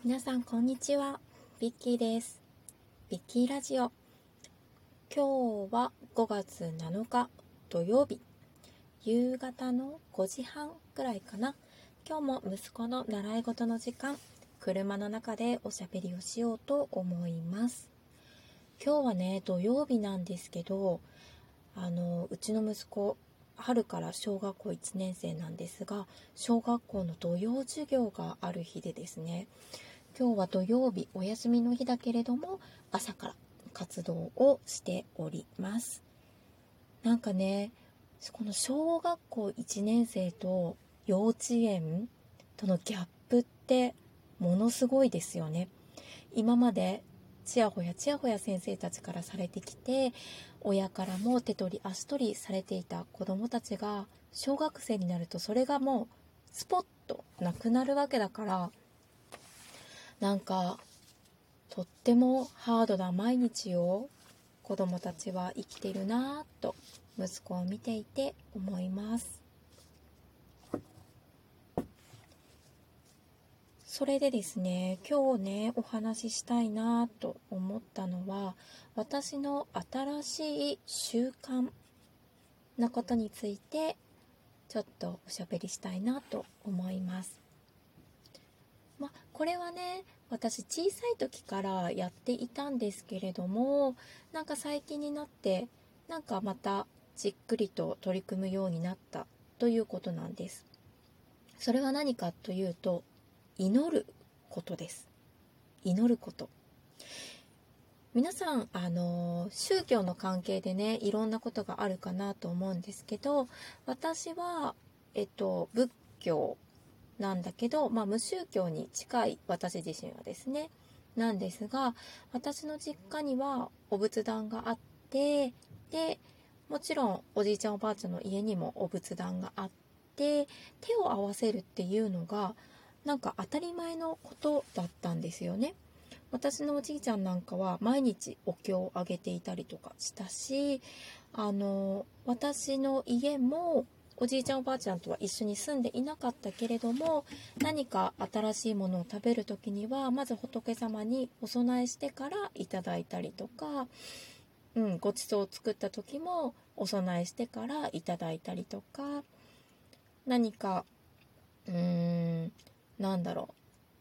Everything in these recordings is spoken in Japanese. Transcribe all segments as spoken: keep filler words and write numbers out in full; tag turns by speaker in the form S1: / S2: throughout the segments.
S1: 皆さんこんにちは、ビッキーです。ビッキーラジオ。今日はごがつなのか土曜日、夕方のごじはんくらいかな。今日も息子の習い事の時間、車の中でおしゃべりをしようと思います。今日はね、土曜日なんですけど、あのうちの息子春から小学校いちねん生なんですが、小学校の土曜授業がある日でですね、今日は土曜日お休みの日だけれども、朝から活動をしております。なんかね、この小学校いちねん生と幼稚園とのギャップってものすごいですよね。今までちやほやちやほや先生たちからされてきて、親からも手取り足取りされていた子どもたちが小学生になると、それがもうスポッとなくなるわけだから、なんかとってもハードな毎日を子どもたちは生きているなぁと息子を見ていて思います。それでですね、今日ねお話ししたいなと思ったのは、私の新しい習慣のことについてちょっとおしゃべりしたいなと思います。まあ、これはね、私小さい時からやっていたんですけれども、なんか最近になってなんかまたじっくりと取り組むようになったということなんです。それは何かというと、祈ることです。祈ること。皆さん、あの宗教の関係でね、いろんなことがあるかなと思うんですけど、私は、えっと、仏教なんだけど、まあ、無宗教に近い私自身はですね、なんですが、私の実家にはお仏壇があって、で、もちろんおじいちゃんおばあちゃんの家にもお仏壇があって、手を合わせるっていうのがなんか当たり前のことだったんですよね。私のおじいちゃんなんかは毎日お経をあげていたりとかしたし、あの私の家もおじいちゃんおばあちゃんとは一緒に住んでいなかったけれども、何か新しいものを食べる時にはまず仏様にお供えしてからいただいたりとか、うん、ごちそうを作った時もお供えしてからいただいたりとか、何かうーんなんだろう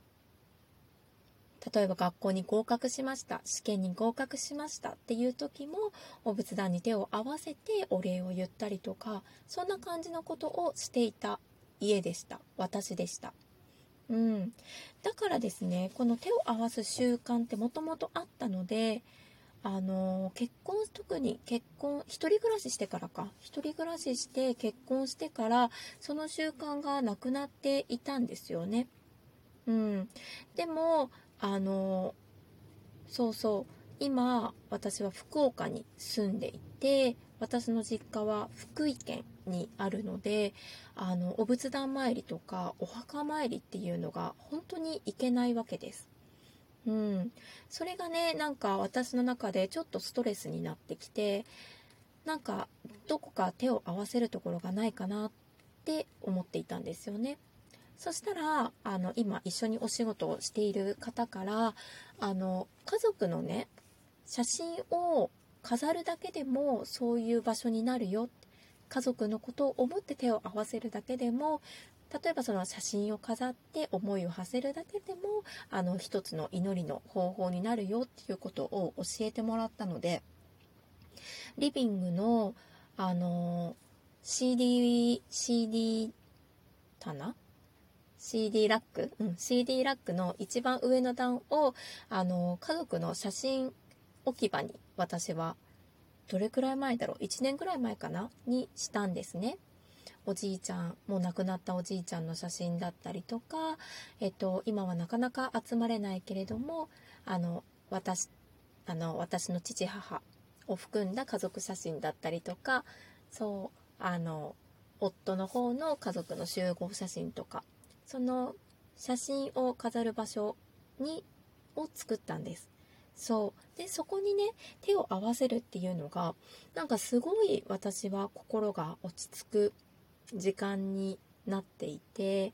S1: 例えば学校に合格しました、試験に合格しましたっていう時もお仏壇に手を合わせてお礼を言ったりとか、そんな感じのことをしていた家でした。私でした。うん、だからですね、この手を合わす習慣ってもともとあったので、あの結婚特に結婚一人暮らししてからか一人暮らしして結婚してからその習慣がなくなっていたんですよね。うん、でもあのそうそう、今私は福岡に住んでいて、私の実家は福井県にあるので、あのお仏壇参りとかお墓参りっていうのが本当に行けないわけです。うん、それがね、なんか私の中でちょっとストレスになってきて、なんかどこか手を合わせるところがないかなって思っていたんですよね。そしたらあの今一緒にお仕事をしている方から、あの家族のね写真を飾るだけでもそういう場所になるよ、家族のことを思って手を合わせるだけでも、例えばその写真を飾って思いを馳せるだけでもあの一つの祈りの方法になるよっていうことを教えてもらったので、リビングのあの シーディー シーディー 棚シーディー ラック、うん、シーディー ラックの一番上の段をあの家族の写真置き場に、私はどれくらい前だろういちねんくらい前かなにしたんですね。おじいちゃん、もう亡くなったおじいちゃんの写真だったりとか、えっと、今はなかなか集まれないけれども、あの私あの私の父母を含んだ家族写真だったりとか、そうあの夫の方の家族の集合写真とか、その写真を飾る場所にを作ったんです。そうで、そこにね手を合わせるっていうのが、なんかすごい私は心が落ち着く時間になっていて、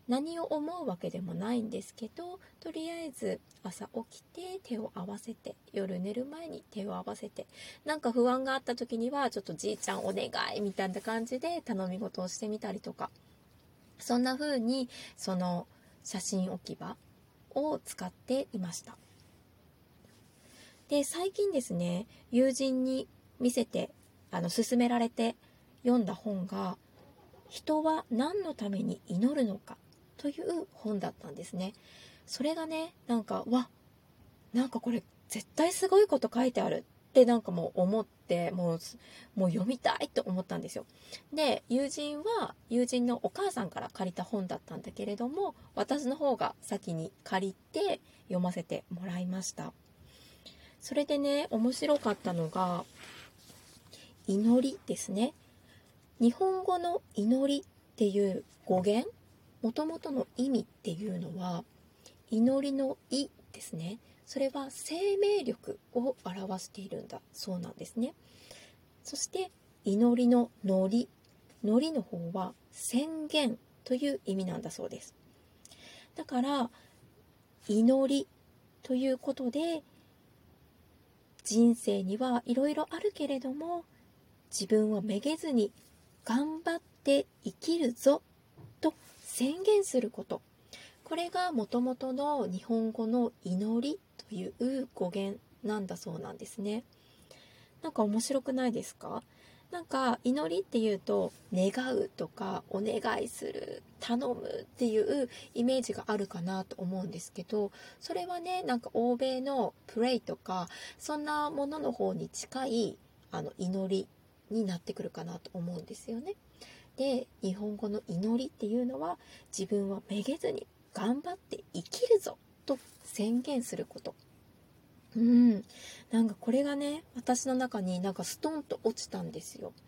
S1: 何を思うわけでもないんですけど、とりあえず朝起きて手を合わせて、夜寝る前に手を合わせて、なんか不安があった時にはちょっとじいちゃんお願いみたいな感じで頼み事をしてみたりとか、そんな風にその写真置き場を使っていました。で、最近ですね、友人に見せてあの勧められて読んだ本が、人は何のために祈るのかという本だったんですね。それがね、なんかわなんかこれ絶対すごいこと書いてあるってなんかもう思って、もうもう読みたいと思ったんですよ。で、友人は友人のお母さんから借りた本だったんだけれども、私の方が先に借りて読ませてもらいました。それでね、面白かったのが祈りですね。日本語の祈りっていう語源、もともとの意味っていうのは、祈りの意ですね。それは生命力を表しているんだそうなんですね。そして祈りののり、のりの方は宣言という意味なんだそうです。だから祈りということで、人生にはいろいろあるけれども、自分をめげずに頑張って生きるぞと宣言すること、これがもともとの日本語の祈りという語源なんだそうなんですね。なんか面白くないですか？なんか祈りっていうと願うとかお願いする、頼むっていうイメージがあるかなと思うんですけど、それはね、なんか欧米のプレイとかそんなものの方に近いあの祈りになってくるかなと思うんですよね。で、日本語の祈りっていうのは、自分はめげずに頑張って生きるぞと宣言すること。うん、なんかこれがね、私の中になんかストンと落ちたんですよ。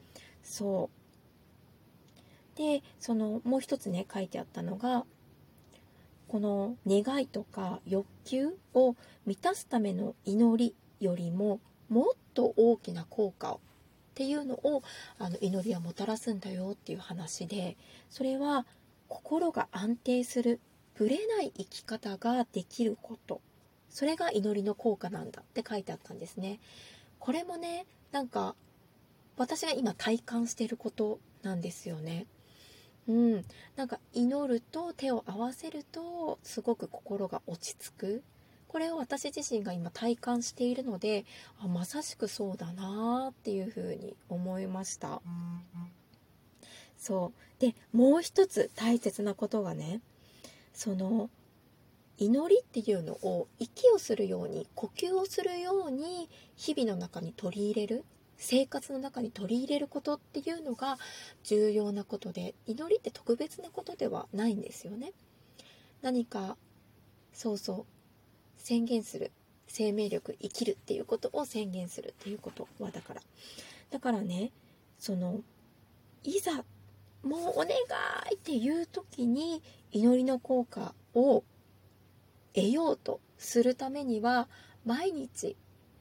S1: そうで、そのもう一つね書いてあったのが、この願いとか欲求を満たすための祈りよりももっと大きな効果をっていうのをあの祈りはもたらすんだよっていう話で、それは心が安定する、ぶれない生き方ができること、それが祈りの効果なんだって書いてあったんですね。これもね、なんか私が今体感していることなんですよね。うん、なんか祈ると手を合わせるとすごく心が落ち着く。これを私自身が今体感しているので、あ、まさしくそうだなっていうふうに思いました。そうで、もう一つ大切なことがね、その祈りっていうのを息をするように、呼吸をするように日々の中に取り入れる、生活の中に取り入れることっていうのが重要なことで、祈りって特別なことではないんですよね。何かそうそう宣言する、生命力、生きるっていうことを宣言するっていうことは、だからだからね、そのいざもうお願いっていう時に祈りの効果を得ようとするためには、毎日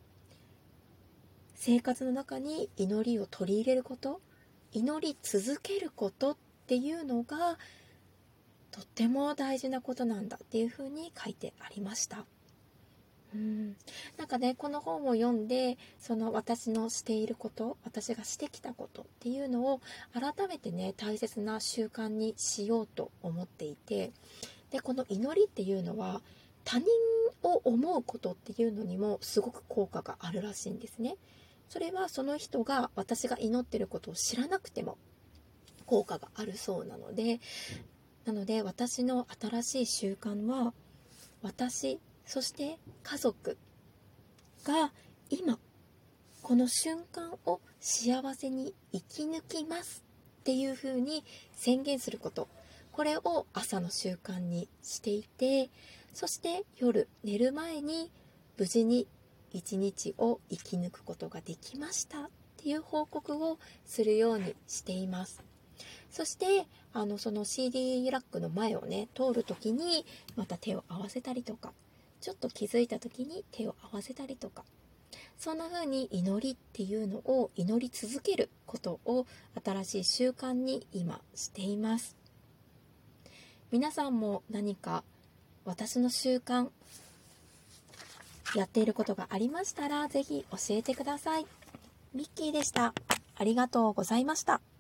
S1: 生活の中に祈りを取り入れること、祈り続けることっていうのがとっても大事なことなんだっていうふうに書いてありました。うん、なんかね、この本を読んで、その私のしていること、私がしてきたことっていうのを改めてね、大切な習慣にしようと思っていて、でこの祈りっていうのは他人を思うことっていうのにもすごく効果があるらしいんですね。それはその人が私が祈ってることを知らなくても効果があるそうなので、なので私の新しい習慣は、私そして家族が今この瞬間を幸せに生き抜きますっていうふうに宣言すること、これを朝の習慣にしていて、そして夜寝る前に無事に一日を生き抜くことができましたっていう報告をするようにしています。そしてあのその シーディー ラックの前をね通るときにまた手を合わせたりとか、ちょっと気づいたときに手を合わせたりとか、そんな風に祈りっていうのを祈り続けることを新しい習慣に今しています。 皆さんも何か私の習慣やっていることがありましたらぜひ教えてください。ミッキーでした。ありがとうございました。